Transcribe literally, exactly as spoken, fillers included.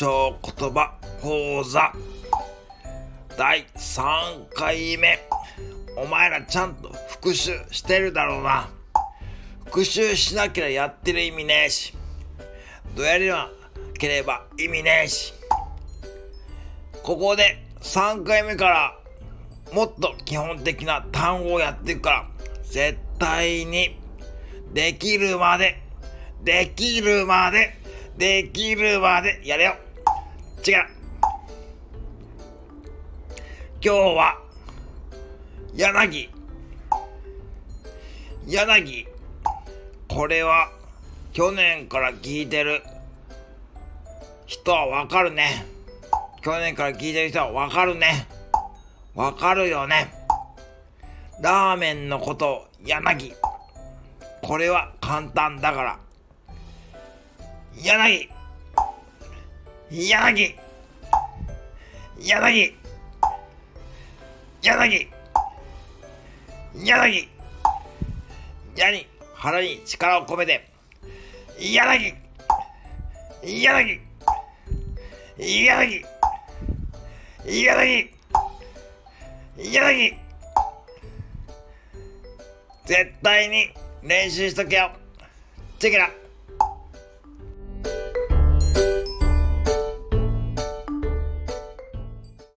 唱言葉講座だいさんかいめ。お前らちゃんと復習してるだろうな。復習しなければやってる意味ねえし、どうやらなければ意味ねえし、ここでさんかいめからもっと基本的な単語をやっていくから、絶対にできるまでできるまでできるまでやれよ。違う、今日は柳柳これは去年から聞いてる人はわかるね。去年から聞いてる人はわかるね。わかるよね。ラーメンのこと柳、これは簡単だから。柳柳柳柳柳矢に腹に力を込めて、柳柳柳柳柳、絶対に練習しとけよ。チェケラ。